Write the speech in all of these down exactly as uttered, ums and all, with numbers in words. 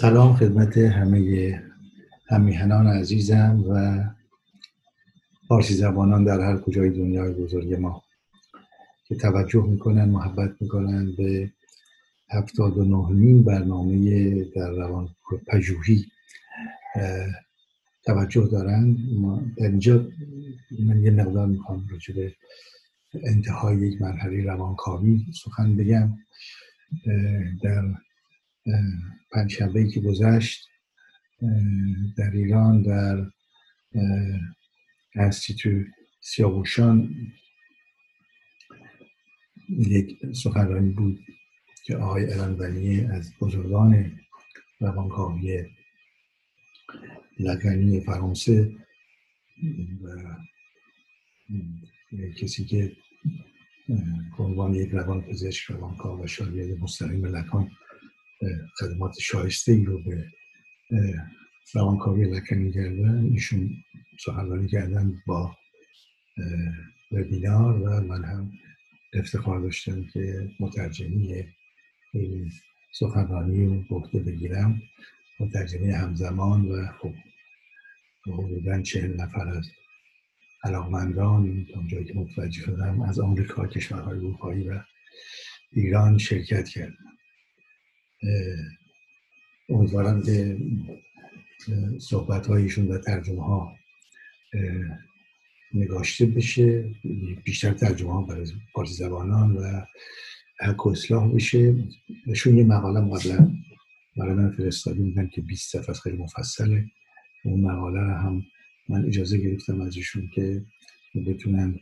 سلام خدمت همه همیهنان عزیزم و فارسی زبانان در هر کجای دنیای بزرگ ما که توجه میکنن، محبت میکنن به هفتاد و نهمین برنامه در روان پژوهی توجه دارن. در اینجا من یه مقدار میخوام راجع به انتهای یک مرحله روانکاوی سخن بگم. در پنجشنبه‌ای که گذشت در ایران در انستیتو سیاووشان یک سخنرانی بود که آقای علنبنی از بزرگان روانکاوی لگنی فرانسه و کسی که به عنوان یک روانپزشک، روانکاو و شاگرد مستقیم لکان خدمات شایسته‌ای رو به روانکاوی لکنی کردن، ایشون سخنرانی کردن با وبینار و من هم افتخار داشتم که مترجمی این سخنرانی رو به عهده بگیرم، مترجمی همزمان. و خب حدوداً چهل نفر از علاقمندان تا اونجایی که متوجه شدم از آمریکا، کشورهای اروپایی و ایران شرکت کردن. امیدوارم که صحبت هایشون و ترجمه ها نگاشته بشه، بیشتر ترجمه ها برای فارسی زبانان و حق و اصلاح بشه. شون یه مقاله قبلا برای من فرستاده بودن که بیست صفحه است، خیلی مفصله. اون مقاله رو هم من اجازه گرفتم ازشون که بتونن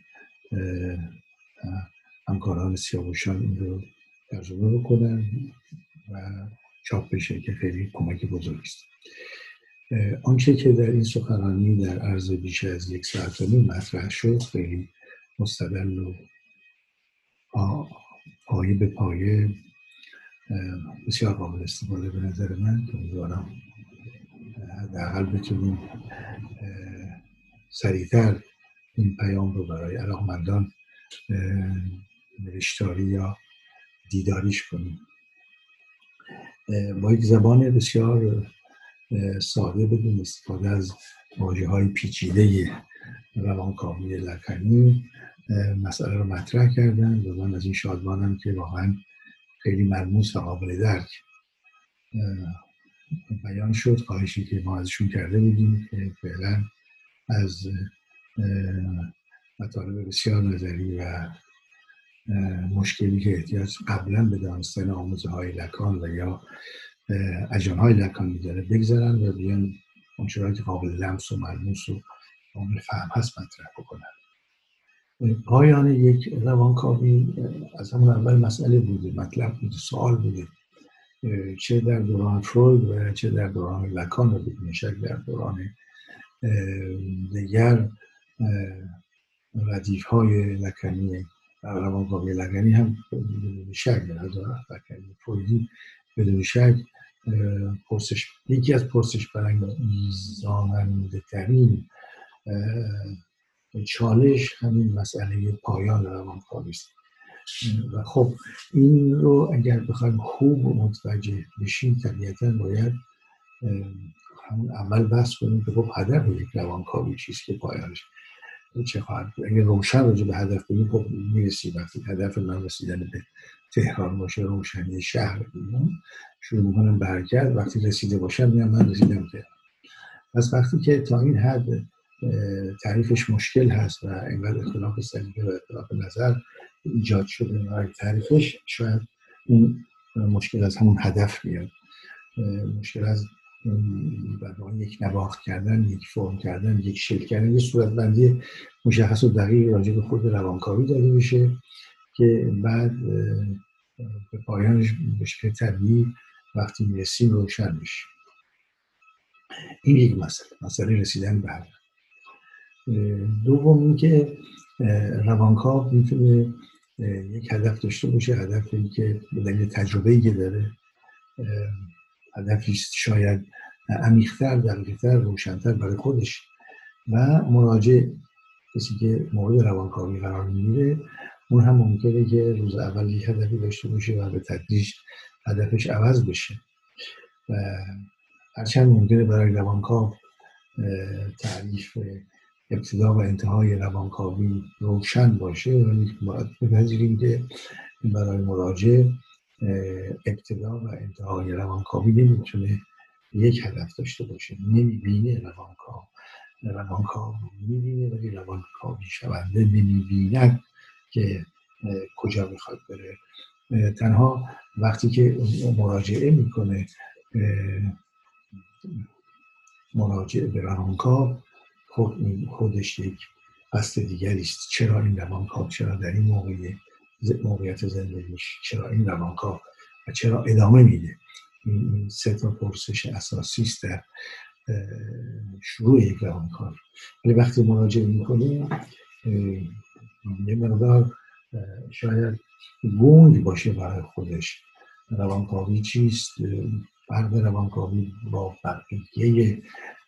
همکاران سیاووشان این رو ترجمه بکنن و چاپ بشه که خیلی کمک بزرگی است. آنچه که در این سخنرانی در عرض بیش از یک ساعت و نیم مطرح شد خیلی مستدل و پایه به پایه بسیار قابل استفاده به نظر من که امیدوارم حداقل بتونیم سریعتر این پیام رو برای علاقمندان نوشتاری یا دیداریش کنیم. با یک زبان بسیار ساده بدون استفاده از واژه‌های پیچیده روانکاوی لکنی مسئله رو مطرح کردن و من از این شادمانم که واقعا خیلی ملموس و قابل درک بیان شد. خواهشی که ما ازشون کرده بودیم که فعلا از مطالب بسیار نظری و مشکلی که احتیاج قبلا به دانستن آموزه های لکان و یا اجنه های لکانی داره بگذارن و بیان اونچرایی که قابل لمس و ملموس و قابل فهم هست مطرح بکنن. پایان یک روانکاوی از همون اول مسئله بوده، مطلب بوده، سوال بوده، چه در دوران فروید و چه در دوران لکان و بدون شک در دوران دیگر ردیف های لکنی روانکاوی لکنی هم بدون شک در دوران لکنی فرویدی بدون شک پرسش یکی از پرسش برانگیزاننده ترین چالش همین مسئله پایان روانکاوی است. و خب این رو اگر بخوایم خوب متوجه بشیم طبیعتاً باید همون اول بحث کنیم که خب هدف یک روانکاوی چیست که پایانش چه خواهد بود. اگر روشن راجع به هدف بگیم خب میرسیم. وقتی هدف من رسیدن به تهران باشه، روشنی شهر بگیم، شروع میکنم به حرکت. وقتی رسیده باشم میگم من رسیدم تهران. پس وقتی که تا این حد تعریفش مشکل هست و اینقدر اختلاف سلیقه و اختلاف نظر ایجاد شده برای تعریفش، شاید اون مشکل از همون هدف بیاد، مشکل از برای یک نواخت کردن، یک فرم کردن، یک شکل کردن، یک صورتبندی مشخص و دقیق راجع به خود روانکاوی داده بشه که بعد به پایانش به شکل طبیعی وقتی میرسیم روشن میشه. این یک مسئله مسئله رسیدن به هدف. دوم این که روانکاو میتونه یک هدف داشته باشه، هدفی که به دلیل تجربه‌ای که داره، هدفی شاید عمیق‌تر، دقیق‌تر، روشن‌تر برای خودش و مراجع کسی که مورد روانکاوی قرار میگیره اون هم ممکنه که روز اول یک هدفی داشته باشه و به تدریج هدفش عوض بشه. و هرچند ممکنه برای روانکاو تعریف ابتدا و انتهای روانکاوی روشن باشه، ولی باید بپذیریم که برای مراجع ابتدا و انتهای روانکاوی نمیتونه یک هدف داشته باشه. نمیبینه روانکاو روانکاو میبینه، ولی روانکاوی شونده نمیبیند که کجا میخواد بره. تنها وقتی که مراجعه میکنه مراجعه به روانکاو، خب خودش یک فصل دیگری است. چرا این روانکاو، چرا در این موقع موقعیت زندگیش، چرا این روانکاو و چرا ادامه میده. این سه تا پرسش اساسی است در شروع یک روانکاو. ولی وقتی مراجعه میکنه یه مقدار شاید گنگ باشه برای خودش. روانکاوی چیست؟ فرق روانکاوی با بقیه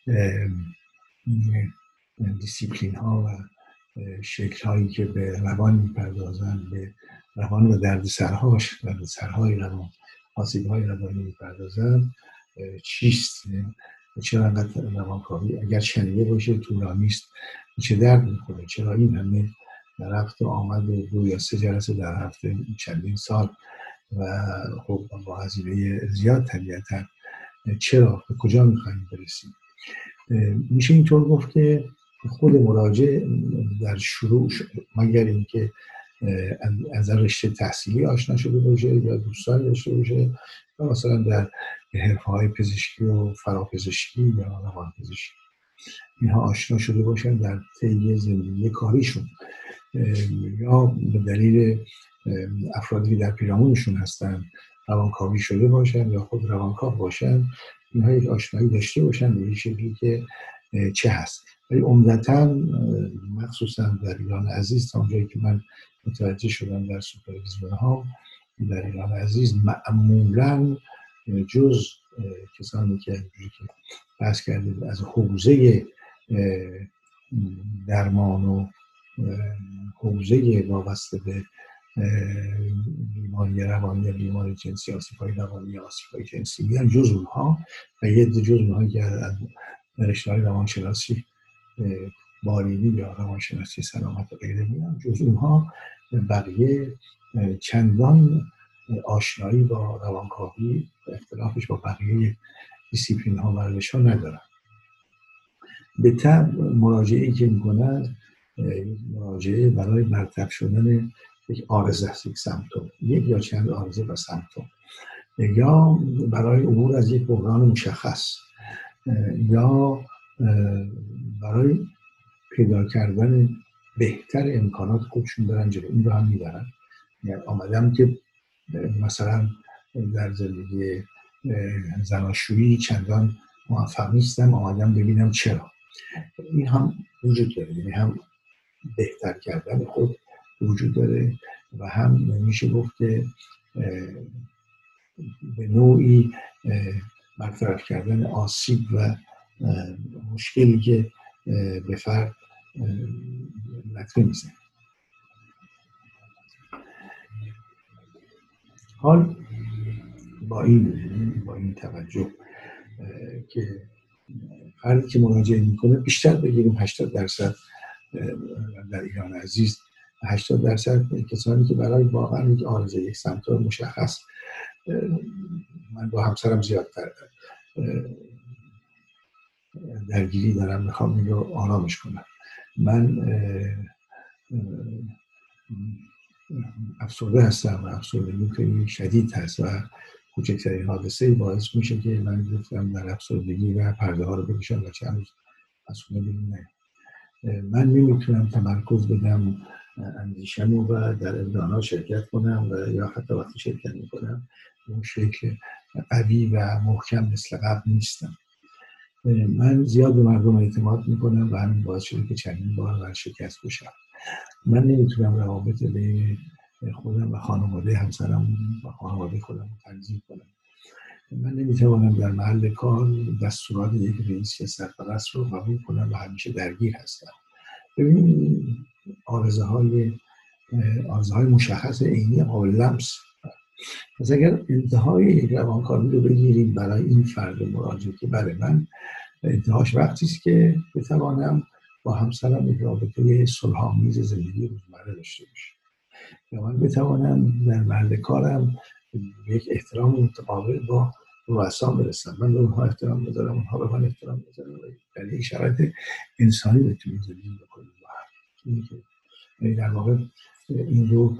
دیسیپلین ها و شکل هایی که به روان میپردازن، به روان و درد سرهاش، درد سرهای روان، آسیب های روانی میپردازن، چیست؟ چرا انقدر روانکاوی اگر شنیده باشه طولانی است چه درد میکنه؟ چرا این همه رفت و آمد و دو یا سه جلسه در هفته چندین سال و خب با هزینه زیاد طبیعتا، چرا؟ به کجا میخوایم برسیم؟ میشه اینطور گفت که خود مراجع در شروع، مگر اینکه از رشته تحصیلی آشنا شده باشه یا دوستان داشته باشه یا مثلا در حرفه‌های پزشکی و فرapزشکی یا روانپزشکی اینها آشنا شده باشن در طی زندگی کاریشون، یا به دلیل افرادی که در پیرامونشون هستن روانکاوی شده باشن یا خود روانکاو باشن، اینها یک آشنایی داشته باشن به این شکلی که چه هست. ولی عمدتاً مخصوصا در ایران عزیز، تا اونجایی که من متوجه شدم در سوپرویزیون ها در ایران عزیز، معمولاً جز کسانی که بحث کردیم از حوزه درمان و حوزه وابسته به بیماری روانی یا بیماری جنسی، آسیب‌های روانی یا آسیب‌های جنسی میان، جز اونها و یه جز اونها که از رشته‌های روانشناسی بالینی یا روانشناسی سلامت و غیره میان، جز اونها بقیه چندان آشنایی با روانکاوی و اختلافش با بقیه دیسیپلین ها و روش ها ندارن. به طب مراجعه‌ای که میکنن مراجعه برای برطرف شدن یک عارضه است، یک سمپتوم، یک یا چند عارضه و سمپتوم، یا برای عبور از یک بحران مشخص، یا برای پیدا کردن بهتر امکانات خودشون برن جلو. این رو هم میبرن. یعنی آمدم که مثلا در زندگی زناشویی چندان موفق نیستم، آمدم ببینم چرا. این هم وجود داره، یعنی هم بهتر کردن خود وجود داره و هم میشه گفت که به نوعی برطرف کردن آسیب و مشکلی که به فرد لطمه میزنه. حال با این با این توجه که فردی که مراجعه میکنه بیشتر بگیریم هشتاد درصد در ایران عزیز، هشتاد درصد کسانی که برای واقعا یک عارضه، یک سمپتوم مشخص، من با همسرم زیادتر درگیری دارم، میخوام این رو آرامش کنم. من افسرده هستم و افسردگی خیلی شدید هست و کوچکترین حادثه باعث میشه که من گفتم در افسردگی و پرده ها رو بکشم و چند روز مسئوله بگیم نه. من نمیتونم تمرکز بدم اندیشم و در ابداعات شرکت کنم و یا حتی وقتی شرکت میکنم اون شکل قوی و محکم مثل قبل نیستم. من زیاد به مردم اعتماد میکنم و همین باعث شده که چندین بار ورشکست بشم. من نمیتونم روابط بین خودم و خانواده همسرم و خانواده خودم رو تنظیم کنم. من نمیتوانم در محل کار دستورات یک رئیس یا سرپرست رو قبول کنم و همیشه درگیر هستم. ببینید عارضه های عارضه های مشخص عینی قابل لمس پس اگر انتهای یک روانکاوی رو بگیریم برای این فرد مراجع که برای من انتهاش وقتی است که بتوانم با همسرم یک رابطه صلح‌آمیز زندگی روزمره داشته باشم، یا من بتوانم در محل کارم به یک احترام متقابل با رؤسا برسم، من به اونها احترام بذارم، اونها به من احترام بذارم، در این شرایط انسانی بتونیم زندگی بکنیم با هم. یعنی در واقع این رو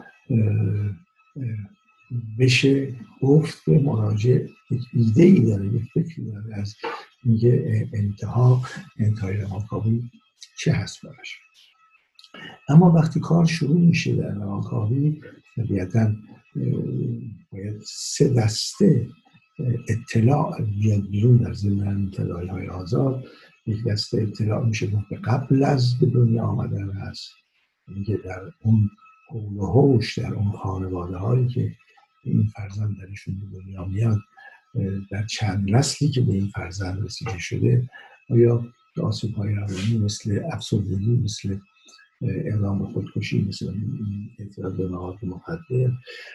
بشه گفت به مراجع یک ایده ای داره، یک فکری داره از اینکه انتها انتهای روانکاوی چه هست براش. اما وقتی کار شروع میشه در روانکاوی طبیعتاً باید سه دسته اطلاع بیاد بیرون در ضمن تداعی‌های آزاد. یک دسته اطلاع میشه به قبل از به دنیا آمدن هست، میگه در اون حول و حوش، در اون خانواده هایی که این فرزند درشون به دنیا میاد، در چند نسلی که به این فرزند رسیده شده، آیا آسیب های روانی مثل افسردگی، مثل اقدام به خودکشی، مثل اعتیاد به مواد مخدر،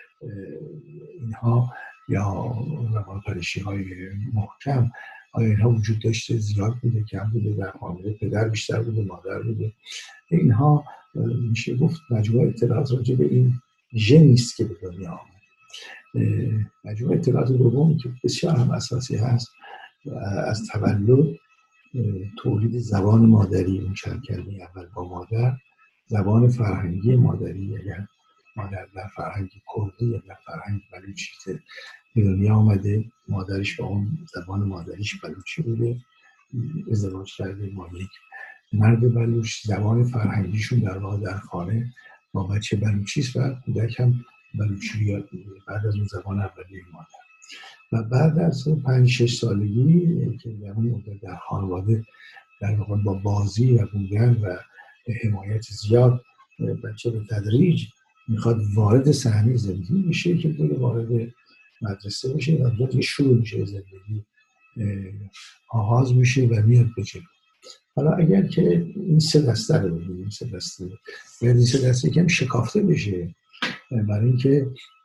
اینها یا روانپریشی های محکم، آیا اینها وجود داشته، زیاد بوده، کم بوده، در خانواده پدر بیشتر بوده، مادر بوده؟ اینها میشه گفت مجموعه اطلاعات راجع به این ژنی است که به دنیا آمد. مجموعه اطلاعات دومی که بسیار هم اساسی هست، از تولد، تولید زبان مادری، اون چند کلمه اول با مادر، زبان فرهنگی مادری، اگر مادر در فرهنگ کردی یا در فرهنگ بلوچی به دنیا آمده، مادرش با اون زبان مادریش بلوچی بوده، ازدواج کرده با یک مرد بلوچ، زبان فرهنگیشون در واقع در خانه با بچه بلوچی است و کودک هم بلوچی یاد میگیره بعد از اون زبان اولیه مادر. و بعد از پنج شش سالگی که در اون در خانواده در واقع با بازی و بودن و حمایت زیاد بچه به تدریج میخواد وارد صحنه زندگی بشه که دیگه وارد مدرسه بشه و دیگه شروع میشه زندگی، آغاز میشه و میاد به جلو. حالا اگر که این سه دسته رو بگیریم، این سه دسته باید این سه دسته کم شکافته بشه، برای اینکه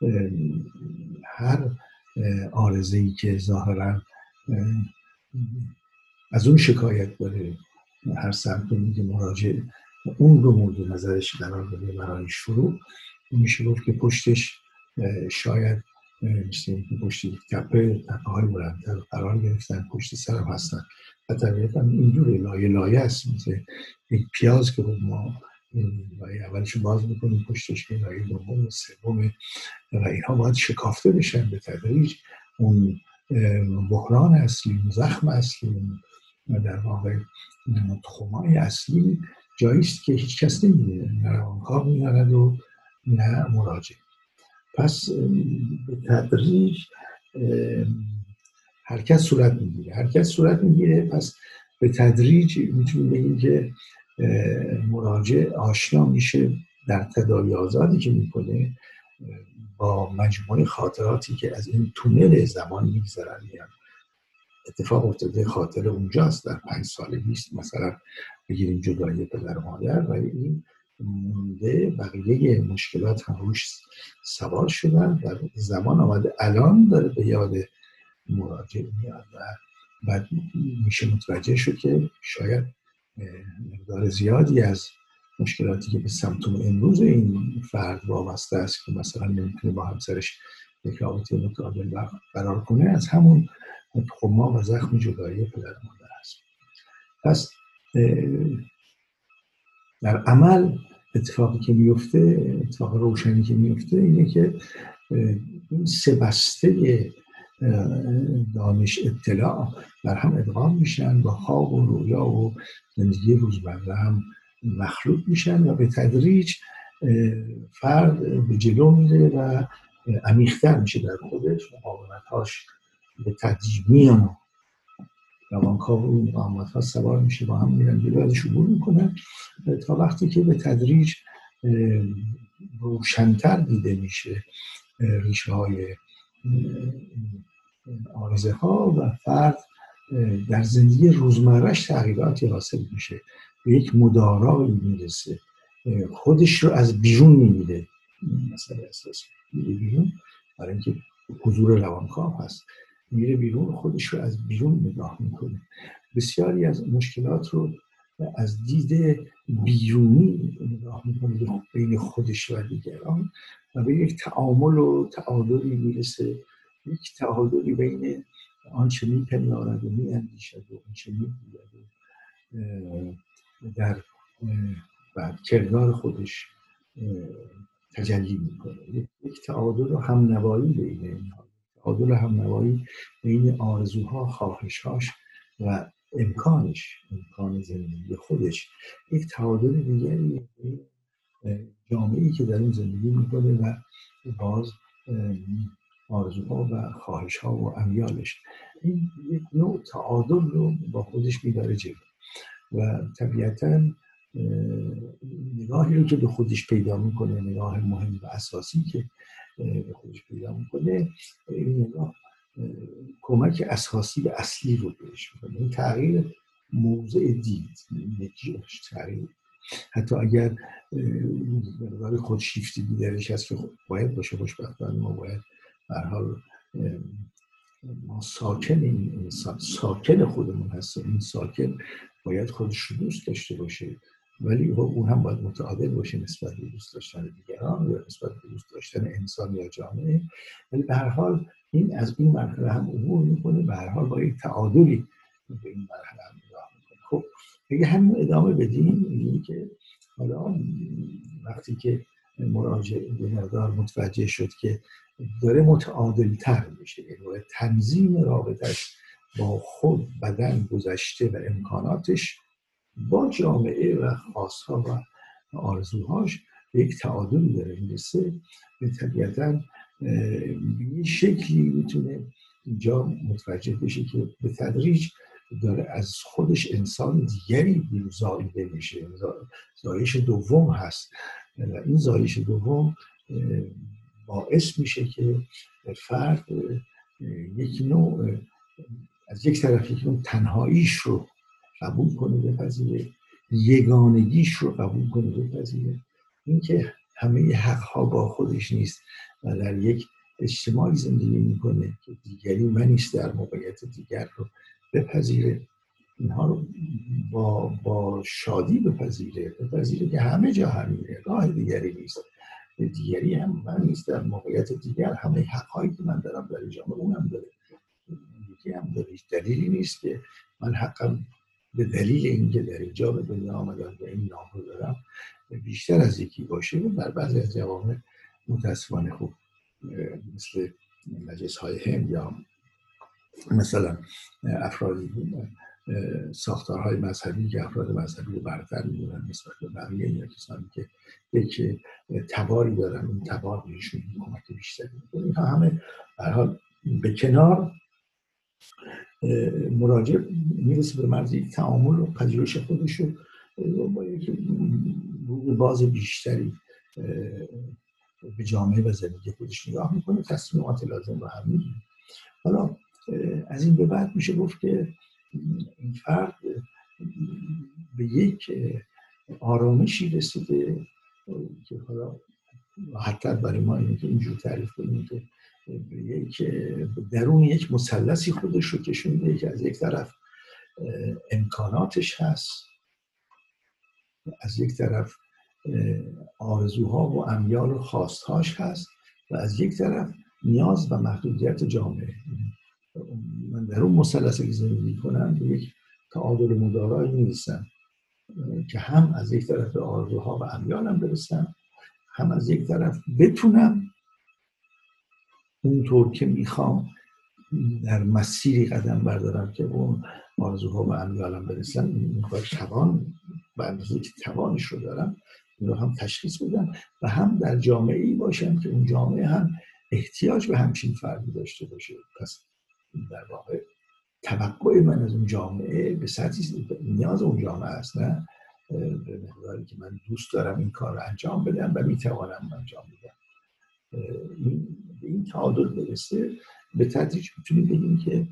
هر عارضه‌ای که ظاهراً از اون شکایت داره، هر سمت که مراجع اون رو مورد نظرش قرار بده برای شروع، میشه گفت که پشتش شاید مثل اینکه پشت یک تپه، تپه های بلندتر قرار گرفتن، پشت سرم هستن و طبیعتا اینجوری لایه لایه است، مثل یک پیاز که ما لایه اولش باز میکنیم، پشتش که لایه دوم، سوم، و اینها باید شکافته بشن به تدریج. اون بحران اصلی، زخم اصلی و در واقع تخمای اصلی جاییست که هیچ کس نمیدونه، نه روانکاو میداند و نه مراجع. پس به تدریج حرکت صورت میگیره حرکت صورت میگیره پس به تدریج میتونیم بگیم که مراجع آشنا میشه در تداعی آزادی که میکنه با مجموعه خاطراتی که از این تونل زمان میگذرن. میان اتفاق افتاده خاطر اونجاست، در پنج سالگیست مثلا بگیریم جدایی پدر و مادر، ولی این مونده، بقیه مشکلات هم روش سوار شدن، در زمان آمده الان داره به یاد مراجع میاد و بعد میشه متوجه شد که شاید مقدار زیادی از مشکلاتی که به سمتوم امروز این فرد وابسته است که مثلا نمیتونه با همسرش یک رابطه متقابل برقرار کنه، از همون تخم‌ها و زخم جدایی پدر و مادر است. پس در عمل اتفاقی که میفته، اتفاق روشنی که میفته اینه که این سه بسته دانش اطلاع در هم ادغام میشن، با خواب و رویا و زندگی روزمره هم مخلوط میشن و به تدریج فرد به جلو میره و عمیق‌تر میشه در خودش، مقاومت‌هاش به تدریج میان، روانکاو و مقاومت‌ها سوار میشه، با هم میرن جلو، ازش عبور میکنن تا وقتی که به تدریج روشن‌تر دیده میشه ریشه های آرزه ها و فرد در زندگی روزمرهش تغییراتی حاصل میشه، به یک مدارایی میرسه، خودش رو از بیرون میبینه، مثلا اساس میره بیرون برای اینکه حضور روانکاو هست، میره بیرون، خودش رو از بیرون نگاه میکنه، بسیاری از مشکلات رو از دید بیرونی نگاه میکنه بین خودش و دیگران و به یک تعامل و تعادلی میرسه، یک تعادلی بین آنچه میپندارد و میاندیشد و آنچه میگوید در بعد کردار خودش تجلی میکنه. یک تعادل و همنوایی بین اینها، تعادل و همنوایی بین آرزوها، خواهشهاش و امکانش، امکان زندگی خودش، یک تعادل دیگری جامعه‌ای که در این زندگی میکنه و باز آرزوها و خواهشها و امیالش، این یک نوع تعادل رو با خودش میبره جلو و طبیعتاً نگاهی رو که به خودش پیدا میکنه، نگاه مهم و اساسی که به خودش پیدا میکنه، این نگاه کمک اساسی و اصلی رو بهش میکنه. این تغییر موضع دید، نگیرش تغییر، حتی اگر مقدار خودشیفتگی درش هست که باید باشه، خوشبختانه ما باید به هر حال ما ساکن این انسان، ساکن خودمون هستیم، این ساکن باید خودش رو دوست داشته باشه، ولی اون هم باید متعادل باشه نسبت به دوست داشتن دیگران یا نسبت به دوست داشتن انسان یا جامعه. ولی به هر حال این از این مرحله هم عبور میکنه، به هر حال با یک تعادلی به این مرحله هم نگاه میکنه. خب اگه همین ادامه بدیم، میگیم که حالا وقتی که مراجع به مقدار متوجه شد که داره متعادل تر میشه، یعنی تنظیم رابطش با خود، بدن، گذشته و امکاناتش با جامعه و خواستها و آرزوهاش به یک تعادل داره میرسه، طبیعتاً به یک شکلی میتونه اینجا متوجه بشه که به تدریج داره از خودش انسان دیگری زاییده میشه، زایش دوم هست و این زایش دوم باعث میشه که فرد یک نوع از یک طرف یک نوع تنهاییش رو قبول کنه، بپذیره، یگانگیش رو قبول کنه، بپذیره، اینکه همه حقها با خودش نیست و در یک اجتماعی زندگی میکنه که دیگری منیست، در موقعیت دیگر رو بپذیره، اینها رو با, با شادی بپذیره، بپذیره که همه جا همینه، راه دیگری نیست، دیگری هم من نیست، در موقعیت دیگر همه حقهایی که من دارم در جامعه اونم داره، یکی هم داره، هیچ دلیلی نیست که من حقم به دلیل اینکه در اینجا به دنیا آمدم و این نام رو دارم بیشتر از یکی باشه. و در بعضی از جوامع متاسفانه خوب مثل مجلس های هند یا مثلا افرادی ساختارهای مذهبی که افراد مذهبی رو برتر می‌دونن نسبت به بقیه، یا کسانی که یک تباری دارن اون تبار بهشون کمک بیشتری می‌کنه، اینها همه به هر حال به کنار مراجع میرسه به مرز یک تعامل و پذیرش خودش رو با یک روی باز بیشتری به جامعه و زندگی خودش نگاه میکنه، تصمیمات لازم رو هم میگیره. حالا از این به بعد میشه گفت که این فرد به یک آرامشی رسیده که حالا راحت‌تر برای ما اینه که اینجور تعریف کنیم که به یک درون یک مثلثی خودش رو کشونده که از یک طرف امکاناتش هست، از یک طرف آرزوها و امیال و خواستهاش هست و از یک طرف نیاز و محدودیت جامعه. من در اون مثلثی که زندگی کنم به یک تعادل مدارایی میرسم که هم از یک طرف به آرزوها و امیالم برسم، هم از یک طرف بتونم اونطور که میخوام در مسیری قدم بردارم که اون آرزوها و امیالم برسم. این کار توان و اندازه‌ای که توانش رو دارم این رو هم تشخیص بدم و هم در جامعه‌ای باشم که اون جامعه هم احتیاج به همچین فردی داشته باشه. پس در واقع توقع من از اون جامعه به سطحی نیاز اون جامعه است، نه به مقداری که من دوست دارم این کار رو انجام بدم و میتوانم انجام بدم. این به این تعادل برسه به تدریج میتونیم بگیم که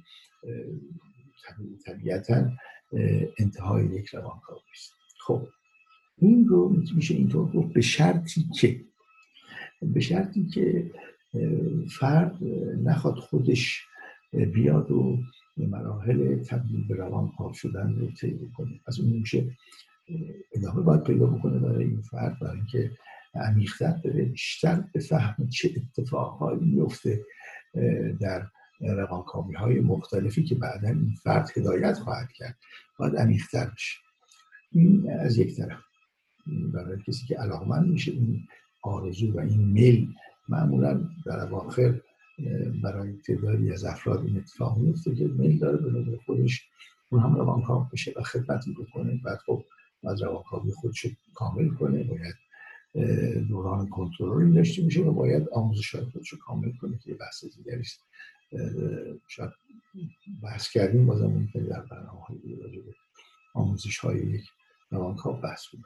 طبیعتاً انتهای یک روانکاوی است. خب این رو میشه اینطور گفت به شرطی که به شرطی که فرد نخواد خودش بیاد و مراحل تبدیل به روانکاو شدن رو طی کنه. از اون میشه ادامه باید پیدا بکنه برای این فرد، برای اینکه عمیق‌تر بره، بیشتر بفهمه چه اتفاقهایی میفته در روانکاوی‌های مختلفی که بعداً این فرد هدایت خواهد کرد، باید عمیق‌تر بشه. این از یک طرف برای کسی که علاقمند میشه این آرزو و این میل معمولاً در اواخر برای تعدادی از افراد این اتفاق میفته که میل داره به نوبه خودش اون هم روانکاو بشه و خدمتی بکنه. بعد خب از روانکاوی خودش رو کامل کنه، باید دوران کنترلی داشته باشه و باید آموزش‌های خودش رو کامل کنه که بحث دیگری است. شاید بحث کردیم بازم ممکنه در برنامه‌های راجع به آموزش‌های یک روانکاو بحث کنیم.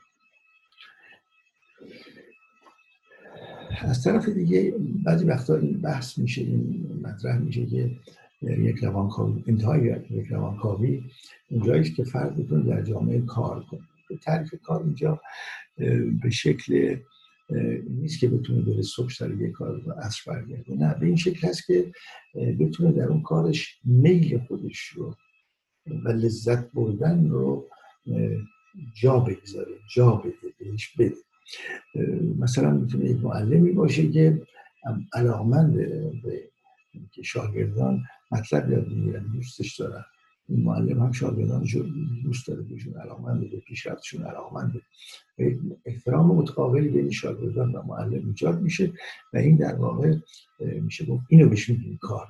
از طرف دیگه بعضی وقتا این بحث میشه، این مطرح میشه که یک روانکاوی، انتهای یک روانکاوی اونجایی است که فرد بتونه در جامعه کار کنه. تعریف کار اینجا به شکل نیست که بتونه بره صبح سر یک کار و عصر برگرده، نه، به این شکل هست که بتونه در اون کارش میل خودش رو و لذت بردن رو جا بگذاره، جا بده، بهش بده. مثلا میتونه یک معلمی باشه که علاقمند به که شاگردان مطلب یاد بگیرن، دوستش دارن. این معلم هم شاگردانش رو دوست داره، بهشون علاقمند به پیشرفتشون علاقمند. احترام متقابلی بین شاگردان و معلم ایجاد میشه و این در واقع میشه گفت اینو بهش میگیم کار.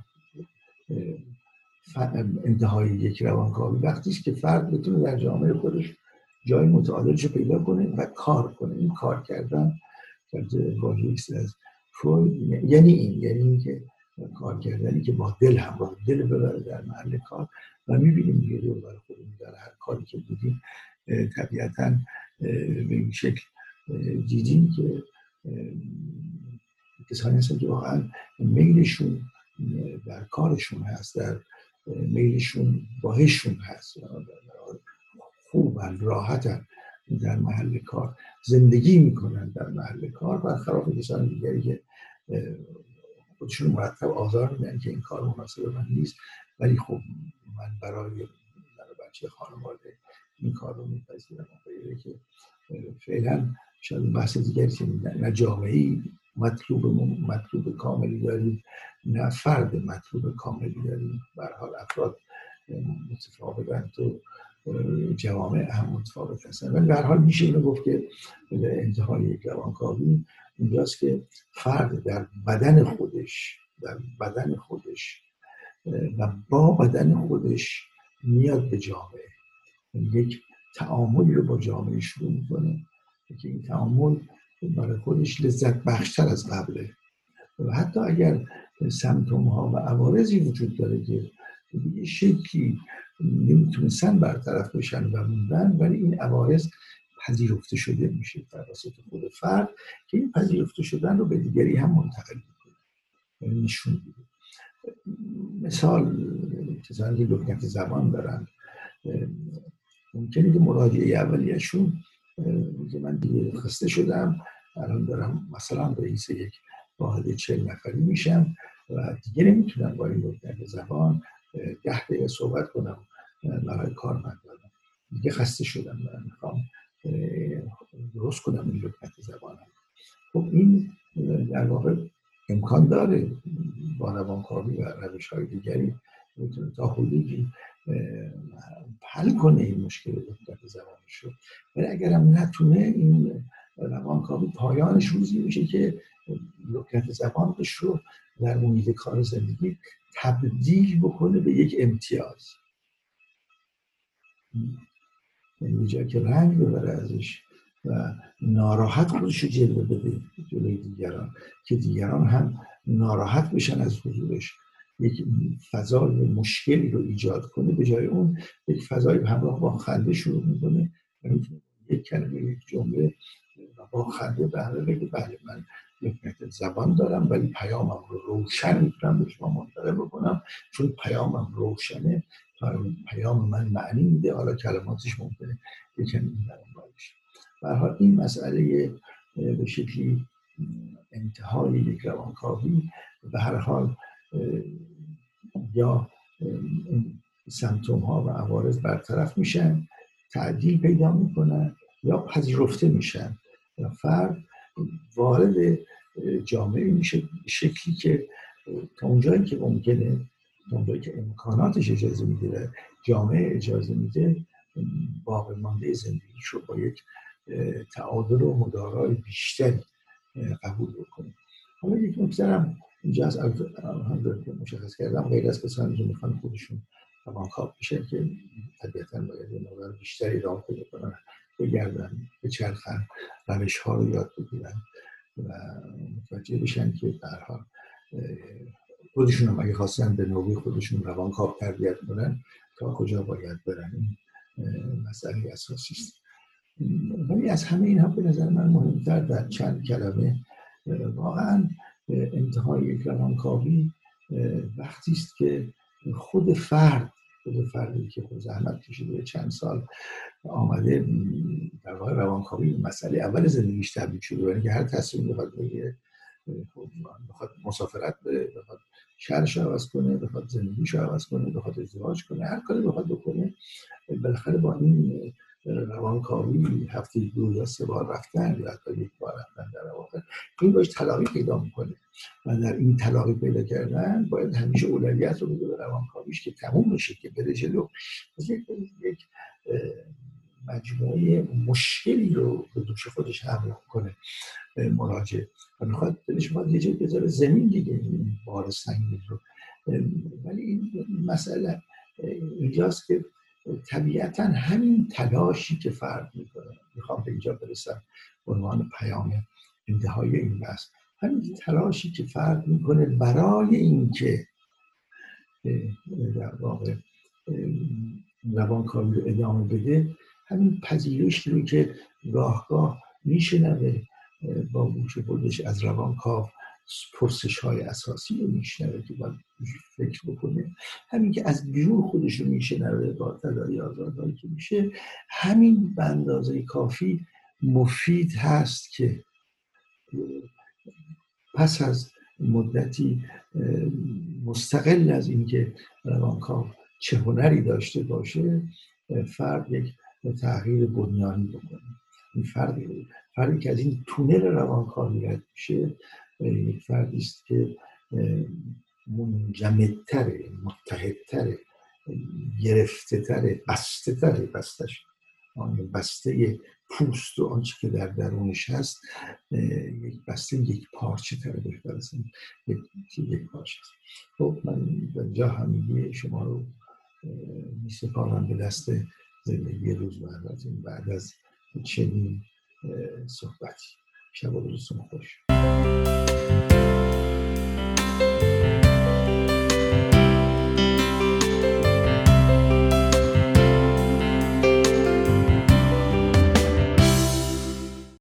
انتهای یک روانکاوی وقتی است که فرد بتونه در جامعه خودش جای متعادلش رو پیدا کنه و کار کنه. این کار کردن که واژه‌ای است از فروید، یعنی این یعنی این که کار کردنی که با دل همراه، دل ببره در محل کار. و میبینیم دیگه دور بر خودمون در هر کاری که بودیم طبیعتاً به این شکل دیدیم که کسانی هستن که واقعاً میلشون در کارشون هست، در میلشون باهشون هست، خوب و راحتن در محل کار زندگی میکنن در محل کار، برخلاف کسان دیگری که خودشون مرتب آزار میدن که این کار مناسب من نیست، ولی خب من برای برای بچه خانواده این کار رو میپذیرم. غیره که فعلا شاید بحث دیگری که نه جامعه‌ای مطلوب مطلوب کاملی داریم، نه فرد مطلوب کاملی داریم. به هر حال افراد متفاوتن تو جوامع هم متفاوت هستن، ولی به هر حال میشه اینو گفت که به انتهای یک روانکاوی اونجاست که فرد در بدن خودش در بدن خودش و با بدن خودش میاد به جامعه، یک تعاملی رو با جامعه شروع میکنه که این تعامل برای خودش لذت بخشتر از قبله و حتی اگر سمپتوم ها و عوارضی وجود داره که به شکلی نمیتونستن برطرف بشن و موندن، ولی این عوارض پذیرفته شده میشه توسط خود فرد که این پذیرفته شدن رو به دیگری هم منتقل میکنه، نشون میده. مثال کسانی که لکنت زبان دارن ممکنه که مراجعه اولیه‌شون که من دیگه خسته شدم، الان دارم مثلا رئیس یک واحد چهل نفری میشم و دیگه نمیتونم با این لکنت زبان ده دقیقه صحبت کنم برای کارمندانم، دیگه خسته شدم، من میخوام درست کنم این لکنت زبانم. خب این در واقع امکان داره با روانکاوی و روش‌های دیگری میتونه تا حدودی حل کنه این مشکل لکنت زبانش رو، ولی اگرم نتونه این روانکاوی پایانش روزی میشه که لکنت زبانش رو در محیط کار زندگی تبدیل بکنه به یک امتیاز، یعنی جایی که رنگ ببره ازش و ناراحت خودش رو جلوه بده جلوی دیگران که دیگران هم ناراحت بشن از حضورش، یک فضای مشکلی رو ایجاد کنه، به جای اون یک فضای همراه با خنده شروع میکنه و میتونه یک کلمه یک جمله و با خنده به همه بگه بله من لکنت زبان دارم ولی پیامم رو روشن میتونم به شما منتقل بکنم چون پیامم روشنه، پیام من معنی میده، حالا کلماتش ممکنه یکم این درون باشه. به هر حال این مسئله به شکلی انتهای یک روانکاوی به هر حال یا این سمتوم ها و عوارض برطرف میشن، تعدیل پیدا میکنن یا پذیرفته میشن و فرد وارد جامعه میشه شکلی که تا اونجایی که ممکنه، تا اونجایی که امکاناتش اجازه میده، جامعه اجازه میده، باقی مانده زندگیش رو با یک تعادل و مدارای بیشتری قبول بکنه. حالا یک نکته هم اینجا از همونطور که مشخص کردم، غیر از کسانی که میخوان خودشون روانکاو بشن که طبیعتاً باید یه مقدار بیشتری راه پیدا کنن، بگردن، بچرخن، روش ها رو یاد بگیرن و متوجه بشن که به هر حال خودشون هم اگه خواستن به نوبه خودشون روانکاو تربیت کنن تا کجا باید برن، این مسئله اساسی است. ولی از همه اینها به نظر من مهمتر در چند کلمه واقعا انتهای یک روانکاوی وقتی است که خود فرد خود فردی که خود زحمت کشیده چند سال آمده در واقع روانکاوی مسئله اول زندگیش تبدیل شده، یعنی که هر تصمیم بخواد بگیره، بخواد مسافرت بره، بخواد شهرش رو عوض کنه، بخواد زندگیش رو عوض کنه، بخواد ازدواج کنه، هر کاری بخواد بکنه، بالاخره با این روانکاوی هفته دو یا سه بار رفتن یا حتی یک بار رفتن در واقع این باید تلاقی پیدا میکنه و در این تلاقی پیدا کردن باید همیشه اولویت رو بده به روانکاویش که تموم بشه، که بره جلو. یک یک مجموعه مشکلی رو به دوش خودش حمل کنه مراجع و میخواد دلش باید یه جایی بذاره زمین دیگه این بار سنگین رو. ولی این مسئله اینجاست که طبیعتاً همین تلاشی که فرد میکنه، میخوام به اینجا برسم به عنوان پیام انتهای این بحث، همین تلاشی که فرد میکنه برای اینکه در واقع روانکاوی رو ادامه بده، همین پذیرشی رو که گاه میشنوه با گوش خودش از روانکاو پرسش های اساسی رو میشنوه که باید فکر بکنه، همین که از بیرون خودش رو میشنوه با تداعی آزادهایی که میشه، همین به اندازه کافی مفید هست که پس از مدتی مستقل از اینکه روانکاو چه هنری داشته باشه، فرد یک تغییر بنیانی بکنه. این فرد فردی که از این تونل روانکاوی رد میشه، یک فردی است که منجمدتره، متحدتره، گرفته‌تره، بسته‌تره، بستش آن بسته پوست و آنچه که در درونش هست یک بسته یک پارچه تره، بهتر است یک یک پارچه است. خب من اینجا همگی شما رو می‌سپارم به دست زندگی روزمره‌تون بعد از چنین صحبتی. شب و روزتون خوش.